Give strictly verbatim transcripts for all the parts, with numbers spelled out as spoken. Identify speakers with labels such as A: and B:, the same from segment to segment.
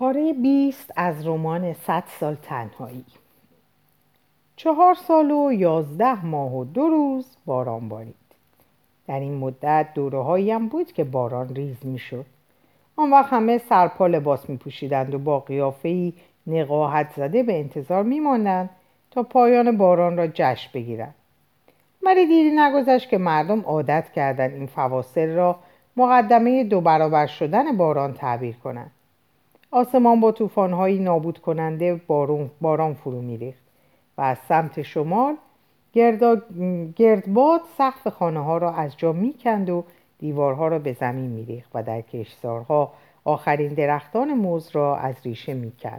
A: پاره بیست از رمان صد سال تنهایی. چهار سال و یازده ماه و دو روز باران بارید. در این مدت دوره‌هایی هم بود که باران ریز می‌شد. آن وقت همه سرپا لباس می‌پوشیدند و با قیافه‌ای نقاهت زده به انتظار می‌ماندند تا پایان باران را جشن بگیرند. ولی دیری نگذشت که مردم عادت کردند این فواصل را مقدمه دو برابر شدن باران تعبیر کنند. آسمان با طوفان‌های نابود کننده باران, باران فرو می‌ریخت و از سمت شمال گردا... گردباد سقف خانه‌ها را از جا می‌کند و دیوارها را به زمین می‌ریخت و در کشتزارها آخرین درختان موز را از ریشه می‌کند.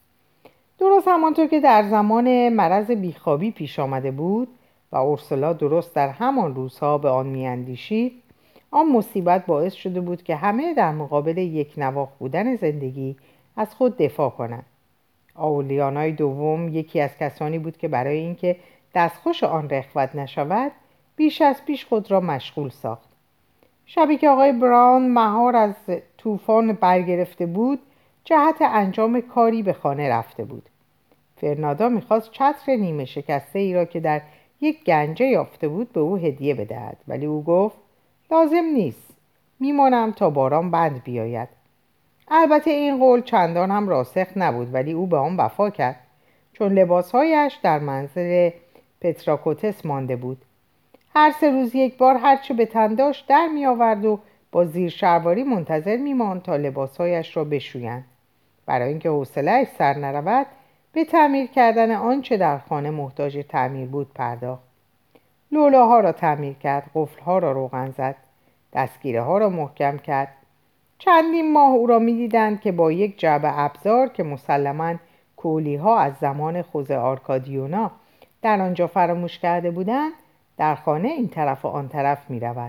A: درست همانطور که در زمان مرض بیخوابی پیش آمده بود و اورسولا درست در همان روزها به آن می‌اندیشید، آن مصیبت باعث شده بود که همه در مقابل یک نواخت بودن زندگی از خود دفاع کنند. آولیانای دوم یکی از کسانی بود که برای اینکه دستخوش آن رخوت نشود بیش از پیش خود را مشغول ساخت. شبی که آقای براون مهار از طوفان برگرفته بود، جهت انجام کاری به خانه رفته بود. فرناندا می‌خواست چتر نیمه شکسته ای را که در یک گنجه یافته بود به او هدیه بدهد، ولی او گفت لازم نیست، میمانم تا باران بند بیاید. البته این قول چندان هم راسخ نبود، ولی او به آن وفا کرد، چون لباسهایش در منزل پتراکوتس مانده بود. هر سه روز یک بار هرچه به تن داشت در می آورد و با زیر شلواری منتظر می ماند تا لباسهایش را بشویند. برای اینکه حوصله‌اش سر نرود به تعمیر کردن آنچه در خانه محتاج تعمیر بود پرداخت. لولاها را تعمیر کرد، قفل‌ها را روغن زد، دستگیره ها را محکم کرد. چندین ماه او را می دیدند که با یک جعبه ابزار که مسلماً کولی ها از زمان خوزه آرکادیونا در آنجا فراموش کرده بودند در خانه این طرف و آن طرف می رود.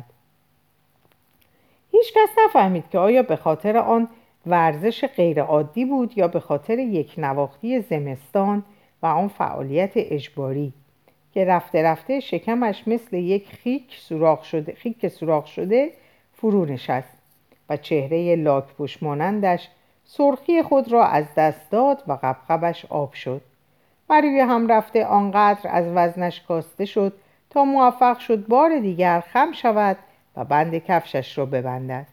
A: هیچ کس نفهمید که آیا به خاطر آن ورزش غیر عادی بود یا به خاطر یک نواختی زمستان و آن فعالیت اجباری که رفته رفته شکمش مثل یک خیک سوراخ شده خیک سوراخ شده فرو نشست و چهره لاک پوش مانندش سرخی خود را از دست داد و قبقبش آب شد. و روی هم رفته آنقدر از وزنش کاسته شد تا موفق شد بار دیگر خم شود و بند کفشش را ببندد.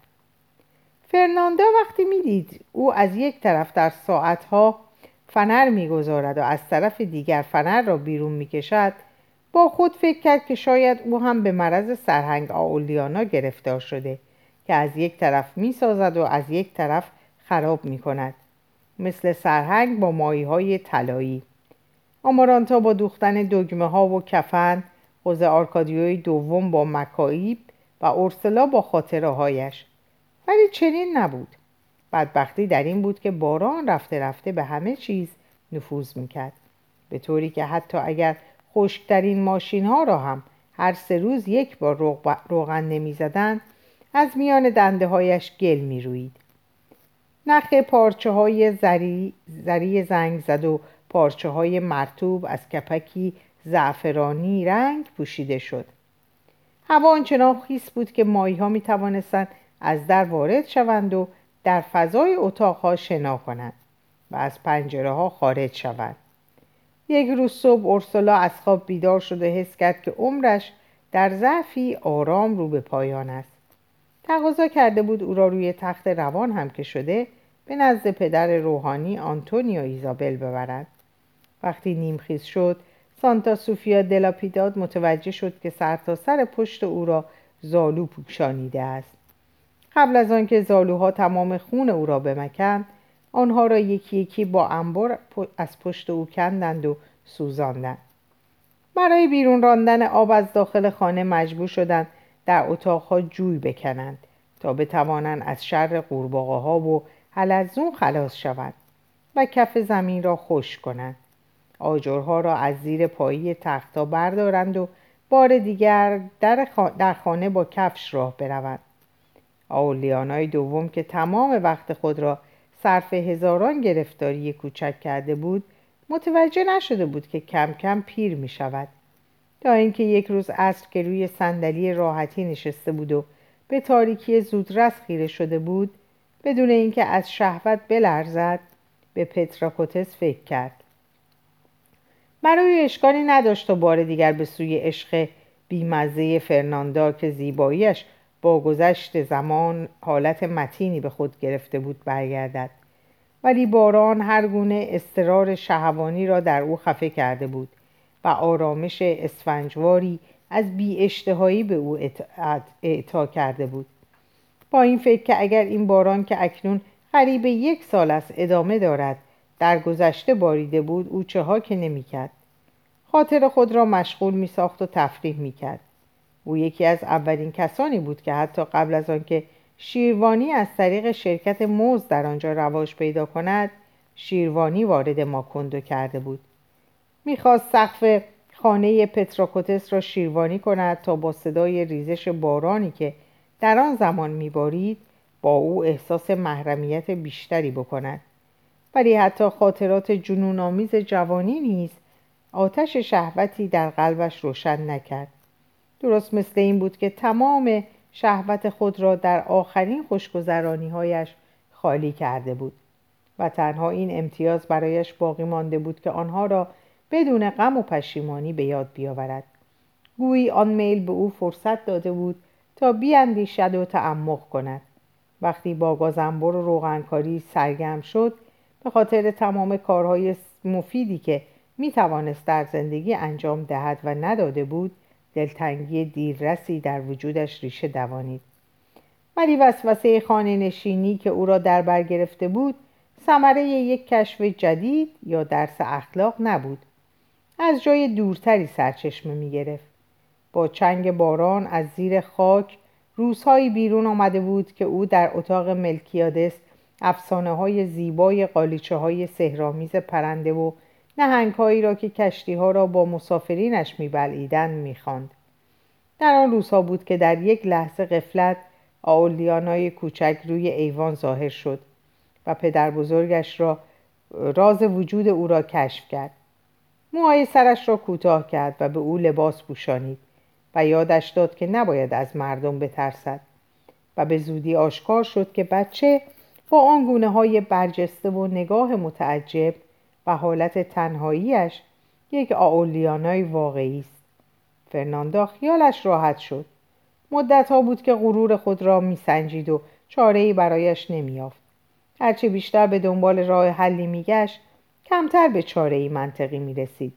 A: فرناندا وقتی میدید او از یک طرف در ساعتها فنر میگذارد و از طرف دیگر فنر را بیرون میکشد، با خود فکر کرد که شاید او هم به مرض سرهنگ آولیانا گرفتار شده که از یک طرف میسازد و از یک طرف خراب میکند، مثل سرهنگ با مایه‌های طلایی. آمارانتا با دوختن دگمه ها و کفن، خوزه آرکادیوی دوم با مکایب و اورسولا با خاطره هایش. ولی چنین نبود. بدبختی در این بود که باران رفته رفته به همه چیز نفوذ میکرد، به طوری که حتی اگر خشکترین ماشین ها را هم هر سه روز یک بار روغن نمی زدن، از میان دنده هایش گل می روید. نخ پارچه های زری, زری زنگ زد و پارچه های مرطوب از کپکی زعفرانی رنگ پوشیده شد. هوا آنچنان خیس بود که ماهی ها می توانستند از در وارد شوند و در فضای اتاق ها شنا کنند و از پنجره ها خارج شوند. یک روز صبح اورسولا از خواب بیدار شد و حس کرد که عمرش در ضعفی آرام رو به پایان است. تقاضا کرده بود او را روی تخت روان هم که شده به نزد پدر روحانی آنتونیو ایزابل ببرد. وقتی نیمخیز شد، سانتا سوفیا دلا پیداد متوجه شد که سر تا سر پشت او را زالو پوشانیده است. قبل از آن که زالوها تمام خون او را بمکند، آنها را یکی یکی با انبر از پشت او کندند و سوزاندند. برای بیرون راندن آب از داخل خانه مجبور شدند در اتاقها جوی بکنند تا بتوانند از شر قورباغه‌ها و حلزون خلاص شوند و کف زمین را خشک کنند. آجرها را از زیر پایه تخت‌ها بردارند و بار دیگر در, در خانه با کفش راه بروند. آولیانای دوم که تمام وقت خود را صرف هزاران گرفتاری کوچک کرده بود، متوجه نشده بود که کم کم پیر می شود. تا اینکه یک روز عصر که روی صندلی راحتی نشسته بود و به تاریکی زودرس خیره شده بود، بدون اینکه از شهوت بلرزد، به پتراکوتس فکر کرد. برای اشکالی نداشت تا بار دیگر به سوی عشق بیمزه فرناندا که زیباییش با گذشت زمان حالت متینی به خود گرفته بود برگردد، ولی باران هر گونه اضطرار شهوانی را در او خفه کرده بود و آرامش اسفنجواری از بی اشتهایی به او اعطا کرده بود. با این فکر که اگر این باران که اکنون قریب یک سال است ادامه دارد در گذشته باریده بود، او چه ها که نمی کرد. خاطر خود را مشغول می ساخت و تفریح می کرد. او یکی از اولین کسانی بود که حتی قبل از آنکه شیروانی از طریق شرکت موز در آنجا رواج پیدا کند، شیروانی وارد ماکوندو کرده بود. می‌خواست سقف خانه پتراکوتس را شیروانی کند تا با صدای ریزش بارانی که در آن زمان می‌بارید با او احساس محرمیت بیشتری بکند. ولی حتی خاطرات جنون‌آمیز جوانی نیز آتش شهوتی در قلبش روشن نکرد. درست مثل این بود که تمام شهوت خود را در آخرین خوشگذرانی‌هایش خالی کرده بود و تنها این امتیاز برایش باقی مانده بود که آنها را بدون غم و پشیمانی به یاد بیاورد. گویی آن میل به او فرصت داده بود تا بیاندیشد و تعمق کند. وقتی با گازنبر و روغنکاری سرگرم شد، به خاطر تمام کارهای مفیدی که میتوانست در زندگی انجام دهد و نداده بود، دلتنگی دیررسی در وجودش ریشه دوانید. ولی وسوسه خانه نشینی که او را در بر گرفته بود ثمره یک کشف جدید یا درس اخلاق نبود. از جای دورتری سرچشمه می گرفت. با چنگ باران از زیر خاک روزهایی بیرون آمده بود که او در اتاق ملکیادس افسانه های زیبای قالیچه های سحرآمیز پرنده و نهنگ‌هایی را که کشتی‌ها را با مسافرینش می‌بلعیدند می‌خواند. در آن روزها بود که در یک لحظه غفلت آولیانای کوچک روی ایوان ظاهر شد و پدر بزرگش را راز وجود او را کشف کرد. موهای سرش را کوتاه کرد و به او لباس پوشانید و یادش داد که نباید از مردم بترسد و به زودی آشکار شد که بچه با آن گونه‌های برجسته و نگاه متعجب و حالت تنهاییش یک آولیانای واقعی است. فرناندا خیالش راحت شد. مدت‌ها بود که غرور خود را می‌سنجید و چاره‌ای برایش نمی‌یافت. هرچه بیشتر به دنبال راه حلی می‌گشت، کمتر به چاره‌ای منطقی می‌رسید.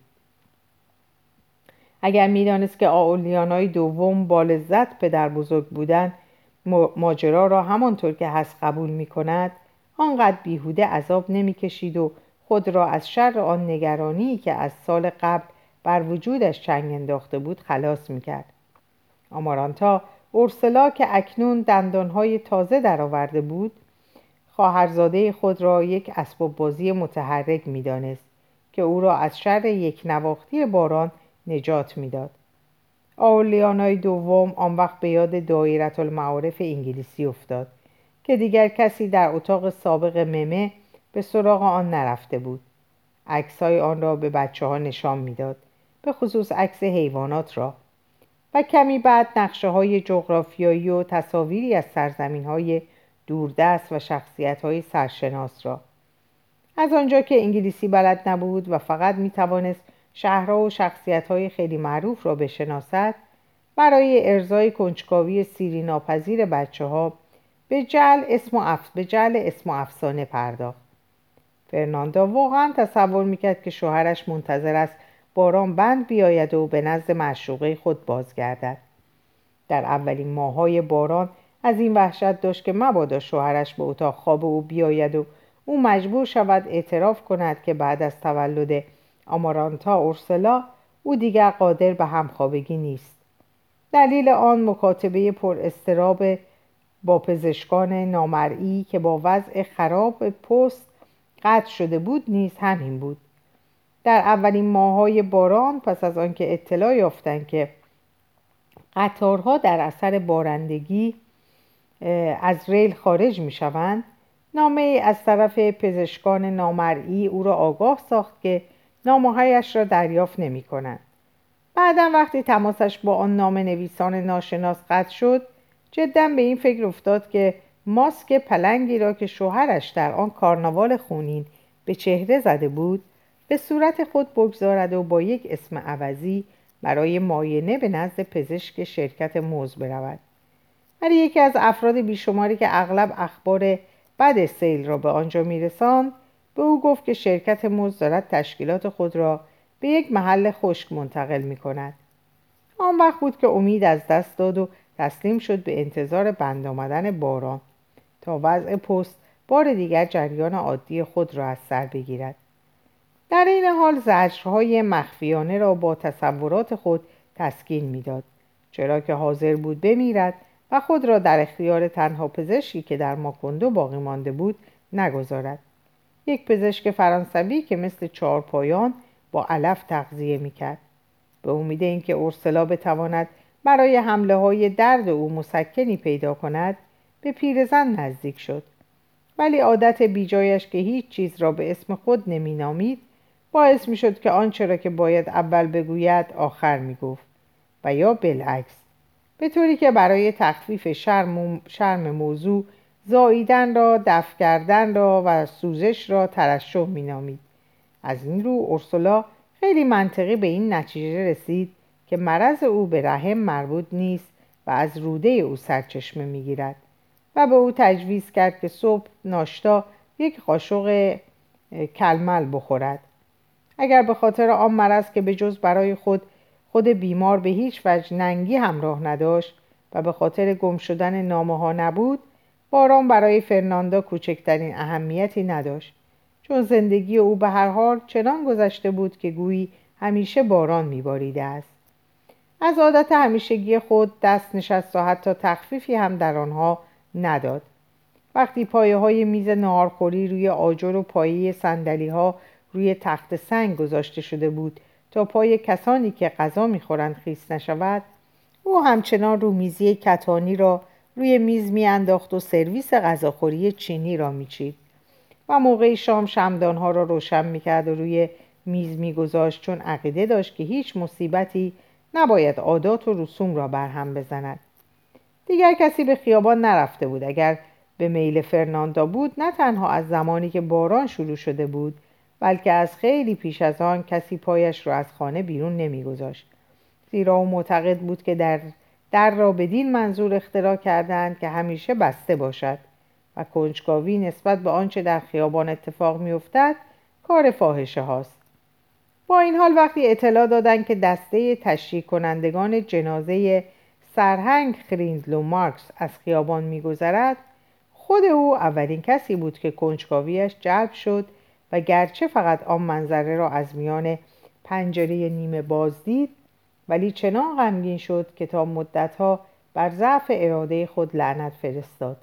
A: اگر می‌دانست که آولیانای دوم با لذت پدر بزرگ بودن ماجرا را همانطور که هست قبول می‌کند، آنقدر بیهوده عذاب نمی‌کشید و خود را از شر آن نگرانی که از سال قبل بر وجودش چنگ انداخته بود خلاص می‌کرد. آمارانتا اورسلا که اکنون دندانهای تازه درآورده بود، خواهرزاده خود را یک اسباب بازی متحرک می‌دانست که او را از شر یک نواختی باران نجات می‌داد. آولیانای دوم آن وقت به یاد دایره المعارف انگلیسی افتاد که دیگر کسی در اتاق سابق ممه به سراغ آن نرفته بود. عکس‌های آن را به بچه‌ها نشان می‌داد، به خصوص عکس حیوانات را، و کمی بعد نقشه‌های جغرافیایی و تصاویری از سرزمین‌های دوردست و شخصیت‌های سرشناس را. از آنجا که انگلیسی بلد نبود و فقط می‌توانست شهرها و شخصیت‌های خیلی معروف را بشناسد، برای ارضای کنجکاوی سیری ناپذیر بچه‌ها به جعل اسم و اف... به جعل اسم و افسانه پرداخت. فرناندا واقعا تصور میکرد که شوهرش منتظر است باران بند بیاید و به نزد معشوقه خود بازگردد. در اولین ماه‌های باران از این وحشت داشت که مبادا شوهرش به اتاق خواب او بیاید و او مجبور شود اعتراف کند که بعد از تولد آمارانتا اورسلا او دیگر قادر به همخوابگی نیست. دلیل آن مکاتبه پر اضطراب با پزشکان نامرئی که با وضع خراب پست قطع شده بود نیز همین بود. در اولین ماه‌های باران، پس از آنکه اطلاع یافتند که قطارها در اثر بارندگی از ریل خارج می‌شوند، نامه‌ای از طرف پزشکان نامرئی او را آگاه ساخت که نامه‌هایش را دریافت نمی‌کنند. بعداً وقتی تماسش با آن نامه‌نویسان ناشناس قطع شد، جداً به این فکر افتاد که ماسک پلنگی را که شوهرش در آن کارناوال خونین به چهره زده بود به صورت خود بگذارد و با یک اسم عوضی برای معاینه به نزد پزشک شرکت موز برود. ولی یکی از افراد بیشماری که اغلب اخبار بد سیل را به آنجا میرساند به او گفت که شرکت موز دارد تشکیلات خود را به یک محل خشک منتقل می کند. آن وقت بود که امید از دست داد و تسلیم شد به انتظار بند آمدن باران تا وضع پست بار دیگر جریان عادی خود را از سر بگیرد. در این حال زجرهای مخفیانه را با تصورات خود تسکین می‌داد، چرا که حاضر بود بمیرد و خود را در اختیار تنها پزشکی که در ماکوندو باقی مانده بود نگذارد. یک پزشک فرانسوی که مثل چهارپایان با علف تغذیه می‌کرد. به امید اینکه اورسلا بتواند برای حمله‌های درد او مسکنی پیدا کند به پیرزن نزدیک شد. ولی عادت بیجایش که هیچ چیز را به اسم خود نمی‌نامید باعث می‌شد که آنچه را که باید اول بگوید آخر می‌گفت و یا بالعکس، به طوری که برای تخفیف شرم, شرم موضوع زاییدن را، دفع کردن را و سوزش را ترشح می‌نامید. از این رو اورسولا خیلی منطقی به این نتیجه رسید که مرض او به رحم مربوط نیست و از روده او سرچشمه می‌گیرد و به او تجویز کرد که صبح ناشتا یک قاشق کلمل بخورد. اگر به خاطر آن مرض که به جز برای خود خود بیمار به هیچ وجه ننگی همراه نداشت و به خاطر گم شدن نامه ها نبود، باران برای فرناندا کوچکترین اهمیتی نداشت، چون زندگی او به هر حال چنان گذشته بود که گویی همیشه باران می‌باریده است. از عادت همیشگی خود دست نشست و حتی تخفیفی هم در آنها نداد. وقتی پایه های میز ناهارخوری روی آجر و پایه صندلی ها روی تخت سنگ گذاشته شده بود تا پای کسانی که غذا میخورند خیس نشود، او همچنان رومیزی کتانی را روی میز میانداخت و سرویس غذاخوری چینی را میچید و موقع شام شمعدان‌ها را روشن میکرد و روی میز میگذاشت، چون عقیده داشت که هیچ مصیبتی نباید عادات و رسوم را برهم بزند. دیگر کسی به خیابان نرفته بود. اگر به میل فرناندا بود، نه تنها از زمانی که باران شروع شده بود، بلکه از خیلی پیش از آن کسی پایش را از خانه بیرون نمیگذاشت، زیرا او معتقد بود که در در را بدین منظور اختراع کردند که همیشه بسته باشد و کنجکاوی نسبت به آنچه در خیابان اتفاق میافتد کار فاحشه هاست. با این حال وقتی اطلاع دادند که دسته تشییع کنندگان جنازه سرهنگ خریندلو مارکس از خیابان میگذرد، خود او اولین کسی بود که کنجکاویش جلب شد و گرچه فقط آن منظره را از میان پنجره نیمه باز دید، ولی چنان غمگین شد که تا مدتها بر ضعف اراده خود لعنت فرستاد.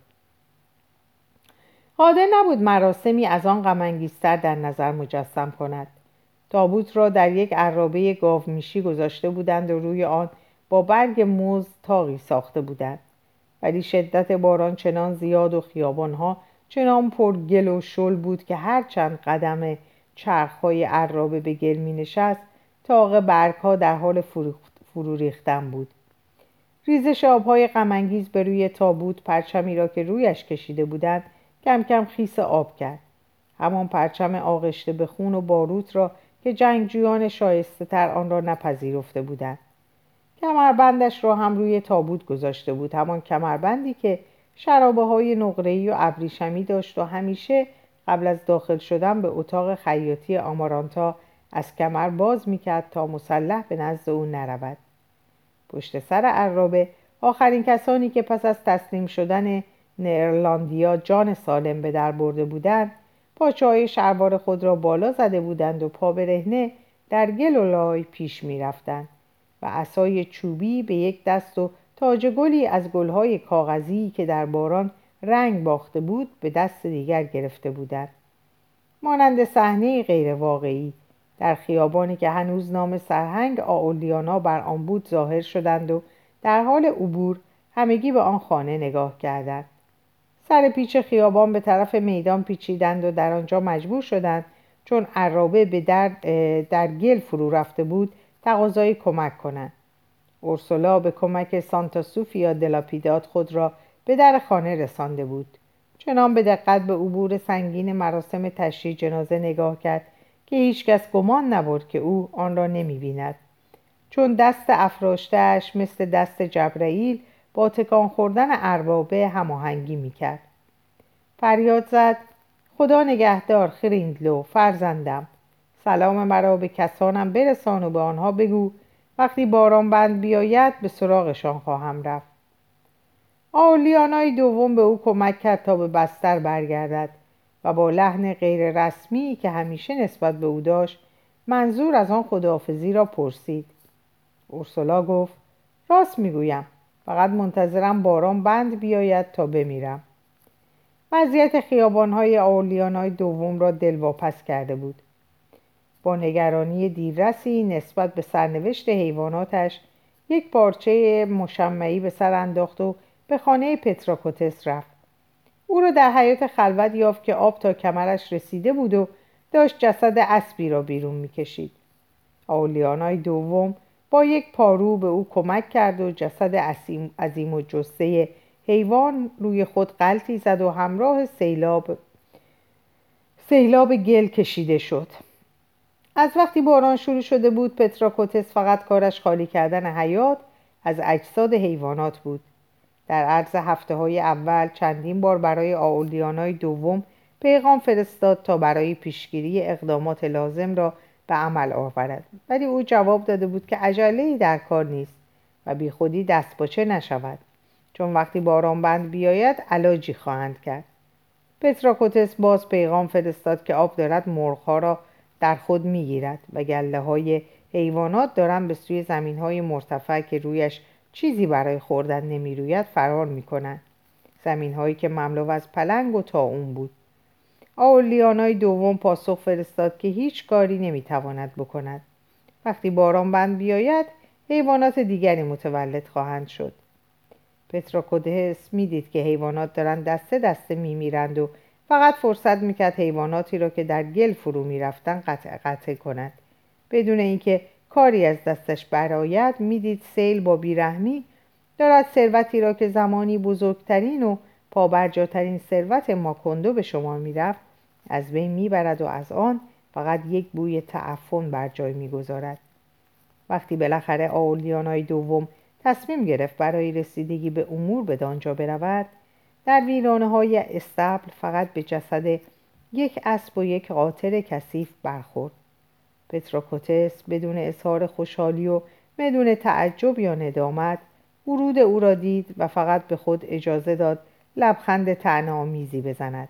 A: قادر نبود مراسمی از آن غم‌انگیزتر در نظر مجسم کند. تابوت را در یک عرابه گاومیشی گذاشته بودند و روی آن با برگ موز تاقی ساخته بودند، ولی شدت باران چنان زیاد و خیابانها چنان پر گل و شل بود که هر چند قدم چرخهای عرابه به گل می نشست، تاق برگها در حال فرو ریختن بود. ریزش آبهای غم‌انگیز به روی تابوت پرچمی را که رویش کشیده بودند کم کم خیس آب کرد. همان پرچم آغشته به خون و باروت را که جنگجویان شایسته تر آن را نپذیرفته بودند. کمربندش را هم روی تابوت گذاشته بود، همان کمربندی که شرابه های نقره‌ای و ابریشمی داشت و همیشه قبل از داخل شدن به اتاق خیاطی آمارانتا از کمر باز میکرد تا مسلح به نزد او نرود. پشت سر عرابه آخرین کسانی که پس از تسلیم شدن نئرلندیا جان سالم به در برده بودند، پاچه‌های شلوار خود را بالا زده بودند و پا برهنه در گل و لای پیش می‌رفتند و عصای چوبی به یک دست و تاج گلی از گل‌های کاغذی که در باران رنگ باخته بود به دست دیگر گرفته بودند. مانند صحنه غیر واقعی در خیابانی که هنوز نام سرهنگ آولیانا بر آن بود ظاهر شدند و در حال عبور همگی به آن خانه نگاه کردند. سر پیچ خیابان به طرف میدان پیچیدند و در آنجا مجبور شدند، چون عرابه به در, در گل فرو رفته بود، تقاضای کمک کنند. اورسولا به کمک سانتا سوفیا دلاپیداد خود را به در خانه رسانده بود. چنان به دقت به عبور سنگین مراسم تشییع جنازه نگاه کرد که هیچ کس گمان نبرد که او آن را نمی‌بیند، چون دست افراشته‌اش مثل دست جبرئیل با تکان خوردن اربابه هماهنگی می‌کرد. فریاد زد: خدا نگهدار خریندلو فرزندم، سلام مرا به کسانم برسان و به آنها بگو وقتی باران بند بیاید به سراغشان خواهم رفت. آولیانای دوم به او کمک کرد تا به بستر برگردد و با لحن غیر رسمی که همیشه نسبت به او داشت منظور از آن خداحافظی را پرسید. اورسولا گفت: راست میگویم، فقط منتظرم باران بند بیاید تا بمیرم. وضعیت خیابان‌های آولیانای دوم را دلواپس کرده بود. با نگرانی دیررسی نسبت به سرنوشت حیواناتش یک پارچه مشمعی به سر انداخت و به خانه پتراکوتس رفت. او را در حیاط خلوت یافت که آب تا کمرش رسیده بود و داشت جسد اسبی را بیرون می‌کشید. آولیانای دوم با یک پارو به او کمک کرد و جسد عظیم و جثه حیوان روی خود غلطی زد و همراه سیلاب سیلاب گل کشیده شد. از وقتی باران شروع شده بود پتراکوتس فقط کارش خالی کردن حیاط از اجساد حیوانات بود. در عرض هفته‌های اول چندین بار برای آولیانای دوم پیغام فرستاد تا برای پیشگیری اقدامات لازم را به عمل آورد، ولی او جواب داده بود که عجله‌ای در کار نیست و بی خودی دستپاچه نشود، چون وقتی باران بند بیاید علاجی خواهند کرد. پتراکوتس باز پیغام فرستاد که آب دارد مرغ‌ها را در خود می‌گیرد و گله‌های حیوانات دارند به سوی زمین‌های مرتفع که رویش چیزی برای خوردن نمی‌روید فرار می‌کنند، زمین‌هایی که مملو از پلنگ و طاعون بود. آولیانای دوم پاسخ فرستاد که هیچ کاری نمی‌تواند بکند. وقتی باران بند بیاید حیوانات دیگری متولد خواهند شد. پتراکوتس می‌دید که حیوانات دارند دسته دسته می‌میرند و فقط فرصت می‌کرد حیواناتی را که در گل فرو می‌رفتند قطع قطع کند. بدون اینکه کاری از دستش برآید می‌دید سیل با بیرحمی دارد ثروتی را که زمانی بزرگترین و پابرجاترین ثروت ماکوندو به شمار می‌رفت از بین می‌برد و از آن فقط یک بوی تعفن بر جای می‌گذارد. وقتی بالاخره آولیانای دوم تصمیم گرفت برای رسیدگی به امور به دانجا برود، در ویرانه‌های استبل فقط به جسد یک اسب و یک قاطر کثیف برخورد. پتراکوتس بدون اظهار خوشحالی و بدون تعجب یا ندامت ورود او را دید و فقط به خود اجازه داد لبخند طعنه‌آمیزی بزند.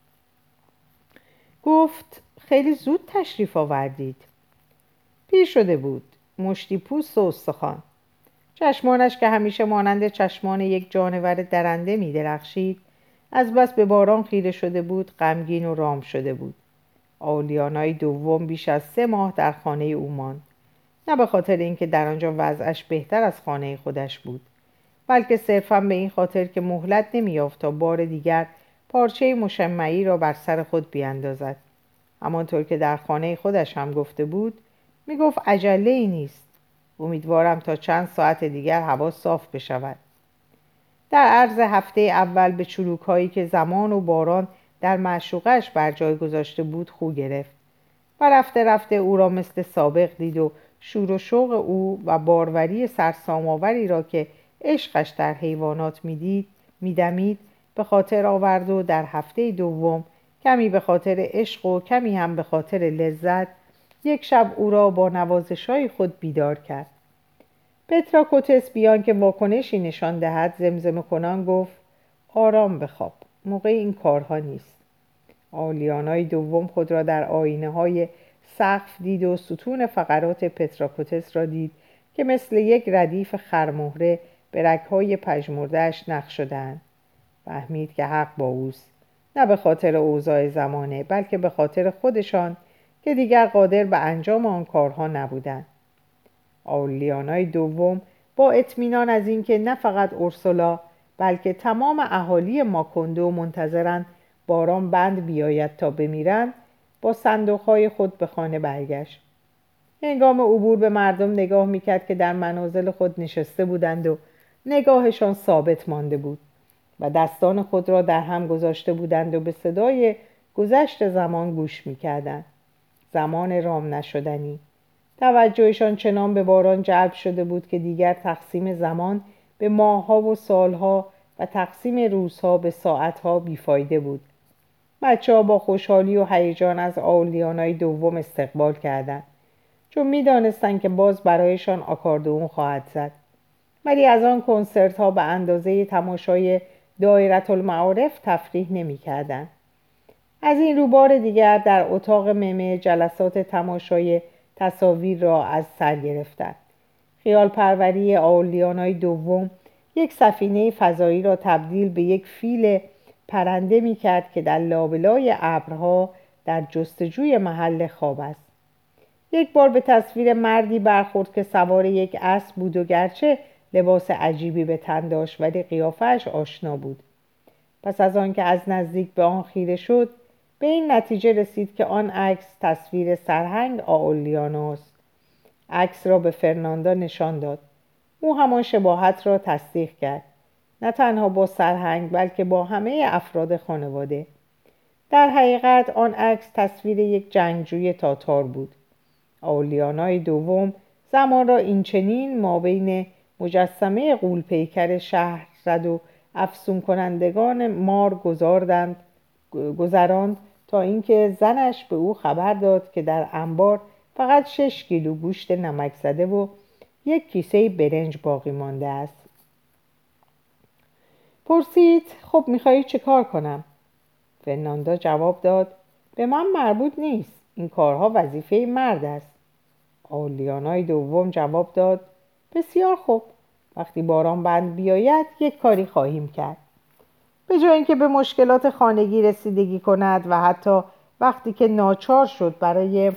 A: گفت: خیلی زود تشریف آوردید. پیر شده بود، مشتی پوست و استخوان. چشمانش که همیشه مانند چشمان یک جانور درنده می درخشید، از بس به باران خیره شده بود غمگین و رام شده بود. آولیانای دوم بیش از سه ماه در خانه او ماند، نه به خاطر اینکه در آنجا وضعش بهتر از خانه خودش بود، بلکه صرفاً به این خاطر که مهلت نمی‌یافت تا بار دیگر پارچه مشمعی را بر سر خود بیاندازد. همانطور که در خانه خودش هم گفته بود، میگفت عجله‌ای نیست، امیدوارم تا چند ساعت دیگر هوا صاف بشود. در عرض هفته اول به چروک‌هایی که زمان و باران در معشوقش بر جای گذاشته بود خو گرفت و رفته رفته او را مثل سابق دید و شور و شوق او و باروری سرسام‌آوری را که عشقش در حیوانات میدید میدمید به خاطر آورد و در هفته دوم کمی به خاطر عشق و کمی هم به خاطر لذت یک شب او را با نوازش‌های خود بیدار کرد. پتراکوتس بیان که واکنشی نشان دهد زمزمه کنان گفت: آرام بخواب، موقع این کارها نیست. آولیانای دوم خود را در آینه‌های سقف دید و ستون فقرات پتراکوتس را دید که مثل یک ردیف خرمهره به رگ‌های پژمرده‌اش نقش شده‌اند. فهمید که حق با اوست، نه به خاطر اوضاع زمانه بلکه به خاطر خودشان که دیگر قادر به انجام آن کارها نبودند. آولیانای دوم با اطمینان از اینکه نه فقط اورسولا بلکه تمام اهالی ماکوندو منتظرند باران بند بیاید تا بمیرند، با صندوق‌های خود به خانه برگشت. هنگام عبور به مردم نگاه می‌کرد که در منازل خود نشسته بودند و نگاهشان ثابت مانده بود و دستان خود را در هم گذاشته بودند و به صدای گذشت زمان گوش می‌کردند. زمان رام نشدنی. توجهشان چنان به باران جلب شده بود که دیگر تقسیم زمان به ماه‌ها و سال‌ها و تقسیم روزها به ساعت‌ها بیفایده بود. بچه‌ها با خوشحالی و هیجان از آولیانای دوم استقبال کردند، چون می‌دانستند که باز برایشان آکاردئون خواهد زد. ولی از آن کنسرت‌ها به اندازه تماشای دایرةالمعارف تفریح نمی‌کردند. از این رو بار دیگر در اتاق ممه جلسات تماشای تصاویر را از سر گرفتند. خیال پروری آولیانای دوم یک سفینه فضایی را تبدیل به یک فیل پرنده می کرد که در لابلای ابرها در جستجوی محل خواب است. یک بار به تصویر مردی برخورد که سوار یک اسب بود و گرچه لباس عجیبی به تن داشت ولی قیافه‌اش آشنا بود. پس از آن که از نزدیک به آن خیره شد، به این نتیجه رسید که آن عکس تصویر سرهنگ آولیانوست. عکس را به فرناندا نشان داد. او همان شباهت را تصدیق کرد، نه تنها با سرهنگ بلکه با همه افراد خانواده. در حقیقت آن عکس تصویر یک جنگجوی تاتار بود. آولیانای دوم زمان را اینچنین مابین مجسمه غول‌پیکر شهرزد و افسون کنندگان مار گذاردند گذراند تا اینکه زنش به او خبر داد که در انبار فقط شش کیلو گوشت نمک زده و یک کیسه برنج باقی مانده است. پرسید: خب میخوایی چه کار کنم؟ فرناندا جواب داد: به من مربوط نیست، این کارها وظیفه مرد است. آولیانای دوم جواب داد: بسیار خوب، وقتی باران بند بیاید یک کاری خواهیم کرد. به جای اینکه به مشکلات خانگی رسیدگی کند و حتی وقتی که ناچار شد برای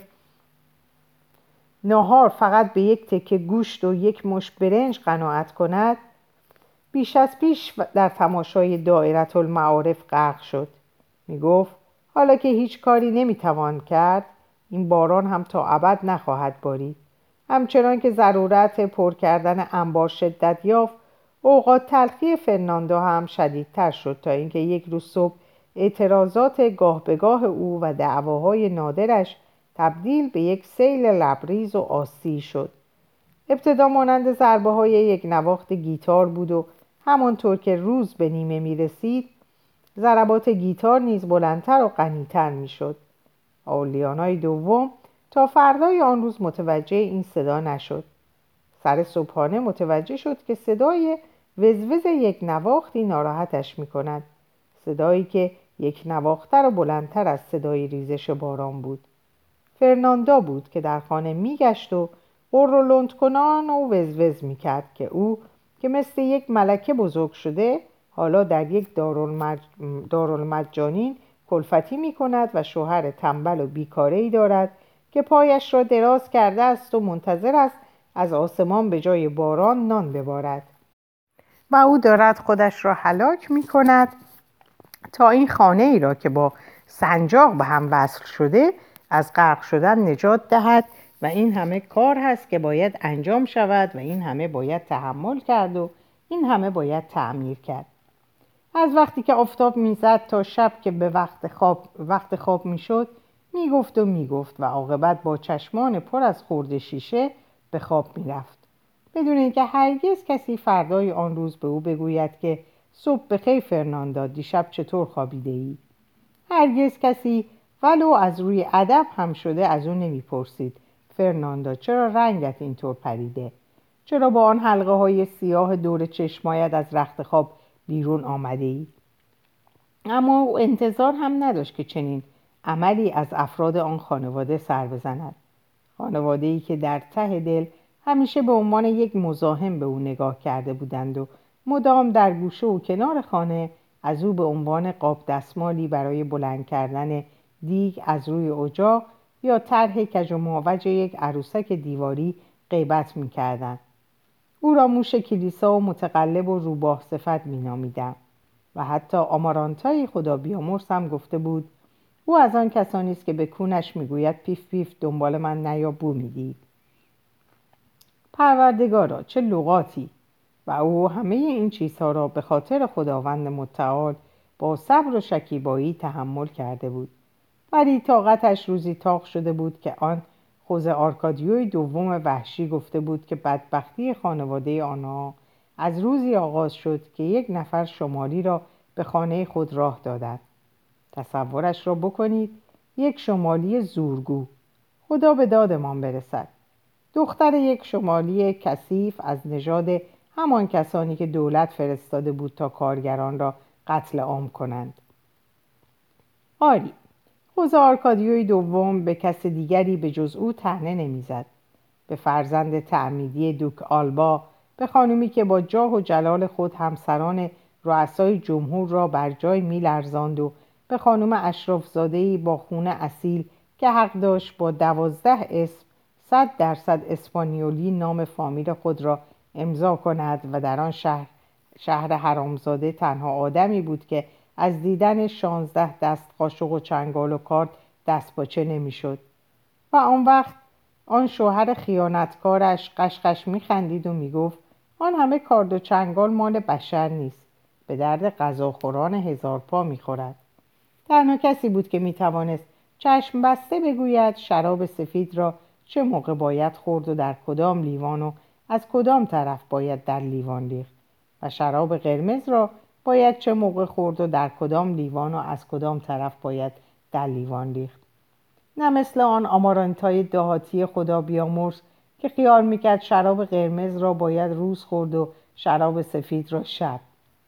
A: ناهار فقط به یک تکه گوشت و یک مشت برنج قناعت کند، بیش از پیش در تماشای دایرةالمعارف غرق شد. می گفت: حالا که هیچ کاری نمی توان کرد، این باران هم تا ابد نخواهد بارید. همچنان که ضرورت پر کردن انبار شدت یافت، اوقات تلخی فرناندا هم شدیدتر شد تا اینکه یک روز صبح اعتراضات گاه به گاه او و دعواهای نادرش تبدیل به یک سیل لبریز و آسی شد. ابتدا مانند ضربه های یک نواخت گیتار بود و همانطور که روز به نیمه می رسید ضربات گیتار نیز بلندتر و غنی‌تر می شد. آولیانای دوم تا فردای آن روز متوجه این صدا نشد. سر صبحانه متوجه شد که صدای وزوز یک نواختی ناراحتش می کند. صدایی که یک نواختر و بلندتر از صدای ریزش باران بود. فرناندا بود که در خانه می گشت و غر و لند کنان و وزوز می کرد که او که مثل یک ملکه بزرگ شده حالا در یک دارالمج... دارالمجانین کلفتی می کند و شوهر تنبل و بیکاره‌ای دارد که پایش را دراز کرده است و منتظر است از آسمان به جای باران نان ببارد و او دارد خودش را هلاک می کند تا این خانه ای را که با سنجاق به هم وصل شده از غرق شدن نجات دهد و این همه کار هست که باید انجام شود و این همه باید تحمل کرد و این همه باید تعمیر کرد. از وقتی که آفتاب میزد تا شب که به وقت خواب وقت خواب میشد میگفت و میگفت و عاقبت با چشمان پر از خرده شیشه به خواب میرفت، بدون اینکه هرگز کسی فردای آن روز به او بگوید که صبح بخیر فرناندا، دیشب چطور خوابیده ای؟ هرگز کسی ولو از روی ادب هم شده از او نمیپرسید: فرناندا چرا رنگت اینطور پریده؟ چرا با آن حلقه های سیاه دور چشمایت از رخت خواب بیرون آمده ای؟ اما او انتظار هم نداشت که چنین عملی از افراد آن خانواده سر بزند. خانواده‌ای که در ته دل همیشه به عنوان یک مزاحم به او نگاه کرده بودند و مدام در گوشه و کنار خانه از او به عنوان قاب دستمالی برای بلند کردن دیگ از روی اجاق یا طرح کج و معوج یک عروسک دیواری غیبت می‌کردند. او را موش کلیسا و متقلب و روباه صفت می‌نامیدند و حتی آمارانتای خدا بیامرز هم گفته بود او از آن کسانی است که به کونش میگوید پیف پیف دنبال من نیا بو میدی. پروردگارا چه لغاتی! و او همه این چیزها را به خاطر خداوند متعال با صبر و شکیبایی تحمل کرده بود. ولی طاقتش روزی طاق شده بود که آن خوزه آرکادیوی دوم وحشی گفته بود که بدبختی خانواده آنها از روزی آغاز شد که یک نفر شمالی را به خانه خود راه دادند. تصورش را بکنید، یک شمالی زورگو. خدا به دادمان برسد. دختر یک شمالی کثیف از نژاد همان کسانی که دولت فرستاده بود تا کارگران را قتل عام کنند. آری، خوزه آرکادیوی دوم به کس دیگری به جز او طعنه نمیزد. به فرزند تعمیدی دوک آلبا، به خانومی که با جاه و جلال خود همسران رؤسای جمهور را بر جای می‌لرزاند و به خانم اشراف‌زاده‌ای با خون اصیل که حق داشت با دوازده اسم صد درصد اسپانیولی نام فامیل خود را امضا کند و در آن شهر شهر حرامزاده تنها آدمی بود که از دیدن شانزده دست قاشق و چنگال و کارد دستپاچه نمی‌شد. و آن وقت آن شوهر خیانتکارش قشقش می‌خندید و می‌گفت آن همه کارد و چنگال مال بشر نیست، به درد غذاخوران هزار پا می‌خورد. تنها کسی بود که می‌توانست چشم بسته بگوید شراب سفید را چه موقع باید خورد و در کدام لیوان و از کدام طرف باید در لیوان ریخت و شراب قرمز را باید چه موقع خورد و در کدام لیوان و از کدام طرف باید در لیوان ریخت. نه مثل آن آمارانتای دهاتی خدا بیامرز که خیال میکرد شراب قرمز را باید روز خورد و شراب سفید را شب.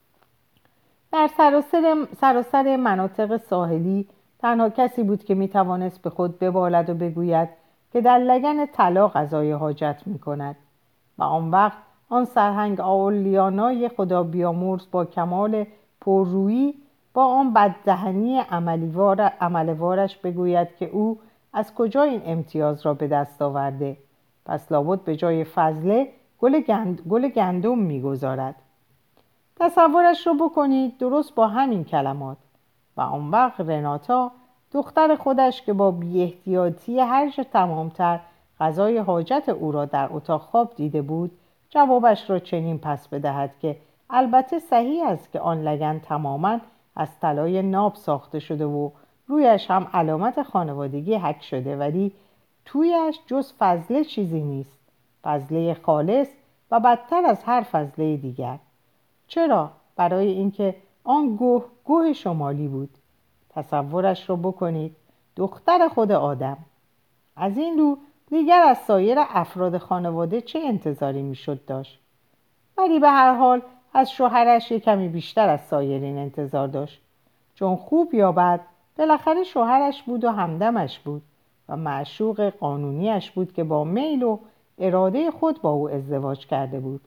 A: در سراسر, سراسر مناطق ساحلی تنها کسی بود که میتوانست به خود ببالد و بگوید که در لگن طلا قضای حاجت میکند و آن وقت آن سرهنگ آولیانای خدا بیامرز با کمال پررویی با آن بددهنی عملوارش بگوید که او از کجا این امتیاز را به دست آورده، پس لابد به جای فضله گل, گند... گل گندم میگذارد. تصورش رو بکنید درست با همین کلمات. و آن وقت رناتا دختر خودش که با بی‌احتیاطی هرچه تمامتر غذای حاجت او را در اتاق خواب دیده بود، جوابش را چنین پس بدهد که البته صحیح است که آن لگن تماماً از طلای ناب ساخته شده و رویش هم علامت خانوادگی حک شده، ولی تویش جز فضله چیزی نیست، فضله خالص و بدتر از هر فضله دیگر. چرا؟ برای اینکه آن گوه گوه شمالی بود. تصورش رو بکنید، دختر خود آدم. از این رو دیگر از سایر افراد خانواده چه انتظاری میشد داشت؟ ولی به هر حال از شوهرش یک کمی بیشتر از سایرین انتظار داشت، چون خوب یا بد بالاخره شوهرش بود و همدمش بود و معشوق قانونیش بود که با میل و اراده خود با او ازدواج کرده بود.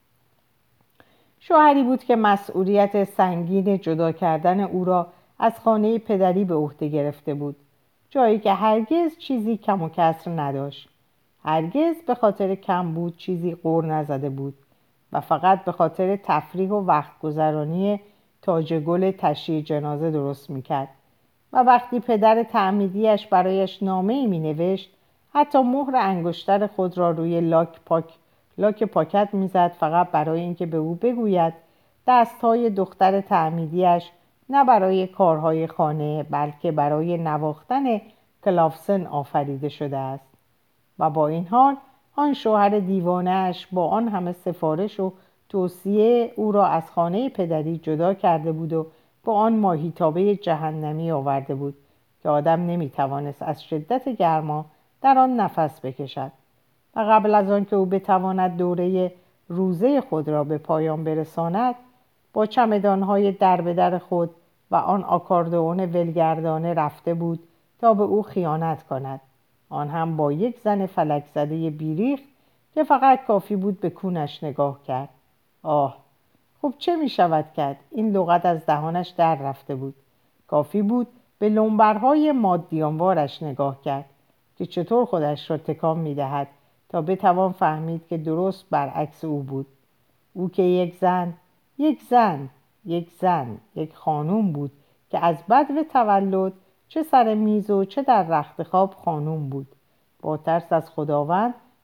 A: شوهری بود که مسئولیت سنگین جدا کردن او را از خانه پدری به عهده گرفته بود، جایی که هرگز چیزی کم و کسر نداشت، هرگز به خاطر کم بود چیزی غر نزده بود و فقط به خاطر تفریح و وقت گذرانی تاج گل تشییع جنازه درست میکرد و وقتی پدر تعمیدیش برایش نامه‌ای مینوشت حتی مهر انگشتر خود را روی لاک پاک لاک پاکت میزد، فقط برای اینکه به او بگوید دستهای دختر تعمیدیش نه برای کارهای خانه بلکه برای نواختن کلافسن آفریده شده است. و با این حال آن شوهر دیوانه‌اش با آن همه سفارش و توصیه او را از خانه پدری جدا کرده بود و با آن ماهیتابه جهنمی آورده بود که آدم نمیتوانست از شدت گرما در آن نفس بکشد. و قبل از آن که او بتواند دوره روزه خود را به پایان برساند، با چمدانهای در به در خود و آن آکاردئون ولگردانه رفته بود تا به او خیانت کند، آن هم با یک زن فلک زده بیریخت که فقط کافی بود به کونش نگاه کرد. آه، خب چه می شود کرد؟ این لغت از دهانش در رفته بود. کافی بود به لنبرهای مادیانوارش نگاه کرد که چطور خودش را تکان می دهد تا بتوان فهمید که درست برعکس او بود. او که یک زن، یک زن، یک زن، یک خانوم بود که از بدو تولد چه سر میز و چه در رخت خواب خانوم بود. با ترس از خداوند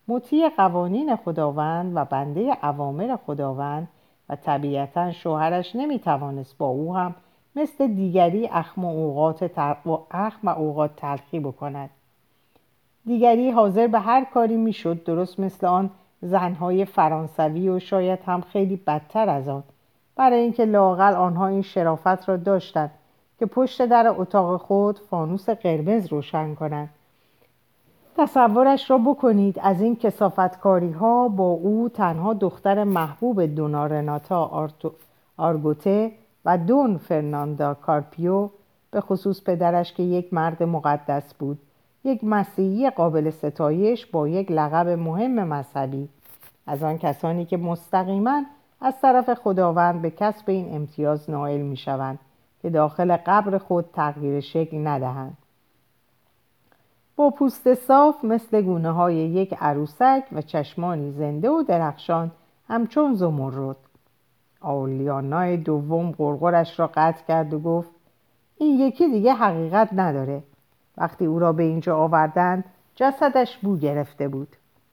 A: مطیع قوانین خداوند و بنده اوامر خداوند و طبیعتاً شوهرش نمیتوانست با او هم مثل دیگری اخم و اوقات تر... و اخم و اوقات تلخی بکند. دیگری حاضر به هر کاری میشد، درست مثل آن زنهای فرانسوی و شاید هم خیلی بدتر از آن، برای اینکه لااقل آنها این شرافت را داشتند که پشت در اتاق خود فانوس قرمز روشن کنند. تصورش را بکنید، از این کثافتکاری ها با او تنها دختر محبوب دونا رناتا آرتو... آرگوته و دون فرناندا کارپیو، به خصوص پدرش که یک مرد مقدس بود، یک مسیحی قابل ستایش با یک لقب مهم مذهبی، از آن کسانی که مستقیما از طرف خداوند به کسب این امتیاز نائل می شوند که داخل قبر خود تغییر شکل ندهند. با پوست صاف مثل گونه های یک عروسک و چشمانی زنده و درخشان همچون زمرد. آولیانای دوم غرغرش را قطع کرد و گفت این یکی دیگه حقیقت نداره. وقتی او را به اینجا آوردند جسدش بو گرفته بود.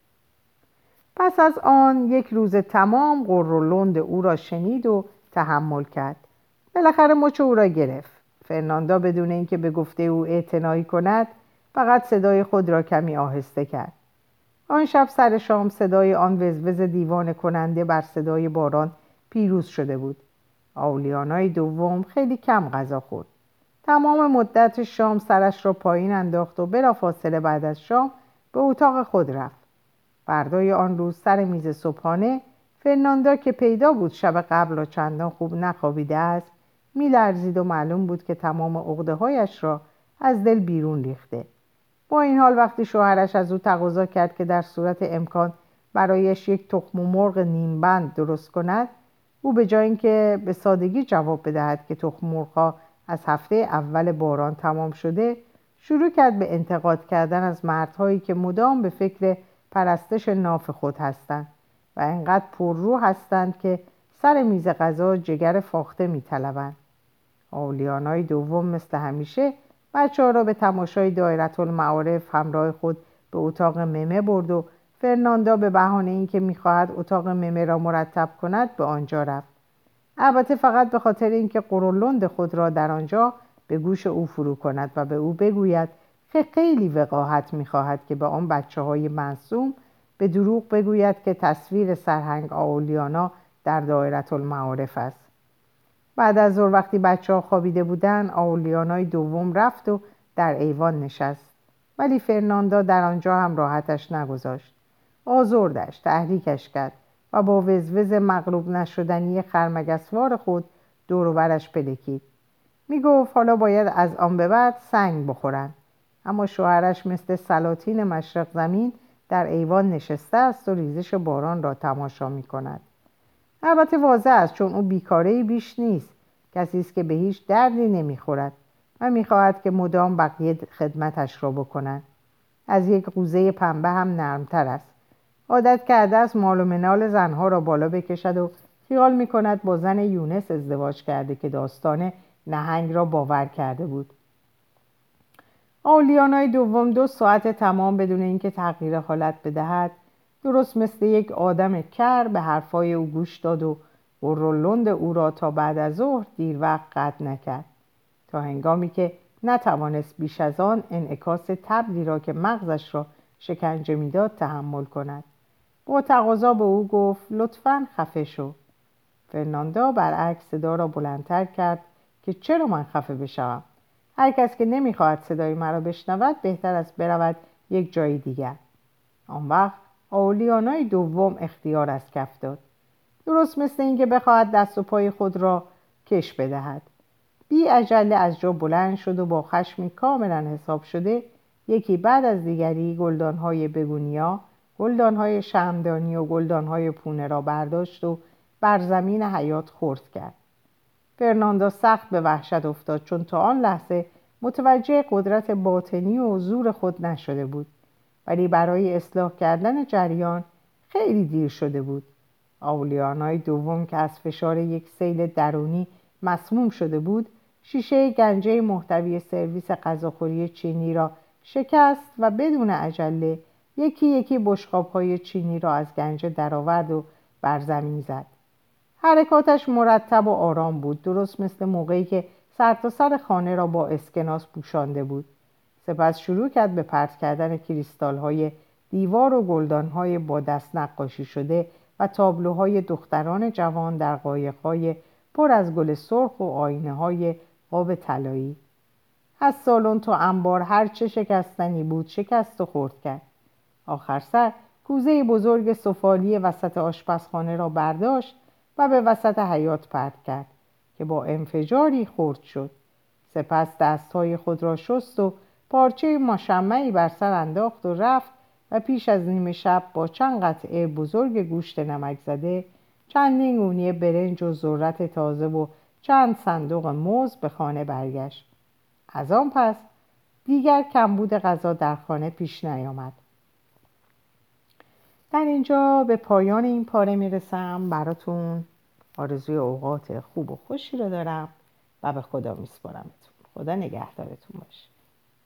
A: پس از آن یک روز تمام غر و لند او را شنید و تحمل کرد. بالاخره مچ او را گرفت. فرناندا بدون اینکه به گفته او اعتنایی کند فقط صدای خود را کمی آهسته کرد. آن شب سر شام صدای آن وزوز دیوانه کننده بر صدای باران پیروز شده بود. آولیانای دوم خیلی کم غذا خورد. تمام مدت شام سرش را پایین انداخت و بلافاصله بعد از شام به اتاق خود رفت. فردای آن روز سر میز صبحانه فرناندا که پیدا بود شب قبل را چندان خوب نخوابیده است می‌لرزید و معلوم بود که تمام عقده‌هایش را از دل بیرون ریخته. با این حال وقتی شوهرش از او تقاضا کرد که در صورت امکان برایش یک تخم مرغ نیم بند درست کند، او به جای اینکه به سادگی جواب بدهد که تخم مرغ‌ها از هفته اول باران تمام شده، شروع کرد به انتقاد کردن از مردهایی که مدام به فکر پرستش ناف خود هستند و انقدر پررو هستند که سر میز غذا جگر فاخته می‌طلبند. آولیانای دوم مثل همیشه بچه‌ها را به تماشای دایره المعارف همراه خود به اتاق ممه برد و فرناندا به بهانه اینکه می‌خواهد اتاق ممه را مرتب کند به آنجا رفت. البته فقط به خاطر اینکه قرولند خود را در آنجا به گوش او فرو کند و به او بگوید که خیلی وقاحت می‌خواهد که به آن بچه‌های معصوم به دروغ بگوید که تصویر سرهنگ آولیانا در دایره المعارف است. بعد از ظهر وقتی بچه‌ها خوابیده بودند، آولیانای دوم رفت و در ایوان نشست. ولی فرناندا در آنجا هم راحتش نگذاشت. آزردش، تحریکش کرد و با وزوز مغلوب نشدنی خرمگسوار خود دور و برش پلکید. می گفت حالا باید از آن به بعد سنگ بخورند. اما شوهرش مثل سلاطین مشرق زمین در ایوان نشسته است و ریزش باران را تماشا می کند. البته واضح است چون او بیکاره‌ای بیش نیست، کسی است که به هیچ دردی نمیخورد و میخواهد که مدام بقیه خدمتش را بکنند. از یک قوزه پنبه هم نرمتر است. عادت کرده است مال و منال زنها را بالا بکشد و خیال میکند با زن یونس ازدواج کرده که داستان نهنگ را باور کرده بود. آولیانای دوم دو ساعت تمام بدون اینکه تغییر حالت بدهد، درست مثل یک آدم کر به حرفای او گوش داد و قرولند او را تا بعد از ظهر دیر وقت قطع نکرد، تا هنگامی که نتوانست بیش از آن انعکاس طبلی را که مغزش را شکنجه میداد تحمل کند. با تقاضا به او گفت لطفاً خفه شو. فرناندا برعکس صدا را بلندتر کرد که چرا من خفه بشوم؟ هر کس که نمیخواهد صدای مرا بشنود بهتر است برود یک جای دیگر. آن وقت آولیانای دوم اختیار از کف داد، درست مثل اینکه بخواهد دست و پای خود را کش بدهد. بی عجله از جا بلند شد و با خشمی کاملا حساب شده یکی بعد از دیگری گلدانهای بگونیا، گلدانهای شمعدانی و گلدانهای پونه را برداشت و بر زمین حیاط خرد کرد. فرناندا سخت به وحشت افتاد چون تا آن لحظه متوجه قدرت باطنی و زور خود نشده بود، ولی برای اصلاح کردن جریان خیلی دیر شده بود. آولیانای دوم که از فشار یک سیل درونی مسموم شده بود، شیشه گنجه محتوی سرویس غذاخوری چینی را شکست و بدون عجله یکی یکی بشقاب‌های چینی را از گنجه درآورد و بر زمین زد. حرکاتش مرتب و آرام بود، درست مثل موقعی که سرتاسر سر خانه را با اسکناس پوشانده بود. سپس شروع کرد به پرت کردن کریستال‌های دیوار و گلدان‌های با دست نقاشی شده و تابلوهای دختران جوان در قایق‌های پر از گل سرخ و آینه‌های آب طلایی. از سالن تا انبار هر چه شکستنی بود شکست و خرد کرد. آخر سر کوزه بزرگ سفالی وسط آشپزخانه را برداشت و به وسط حیاط پرت کرد که با انفجاری خرد شد. سپس دستهای خود را شست و پارچه مشمعی بر سر انداخت و رفت و پیش از نیمه شب با چند قطعه بزرگ گوشت نمک زده، چندین گونه برنج و ذرت تازه و چند صندوق موز به خانه برگشت. از آن پس دیگر کمبود غذا در خانه پیش نیامد. در اینجا به پایان این پاره میرسم. براتون آرزوی اوقات خوب و خوشی رو دارم و به خدا میسپارمتون. خدا نگهدارتون باشه.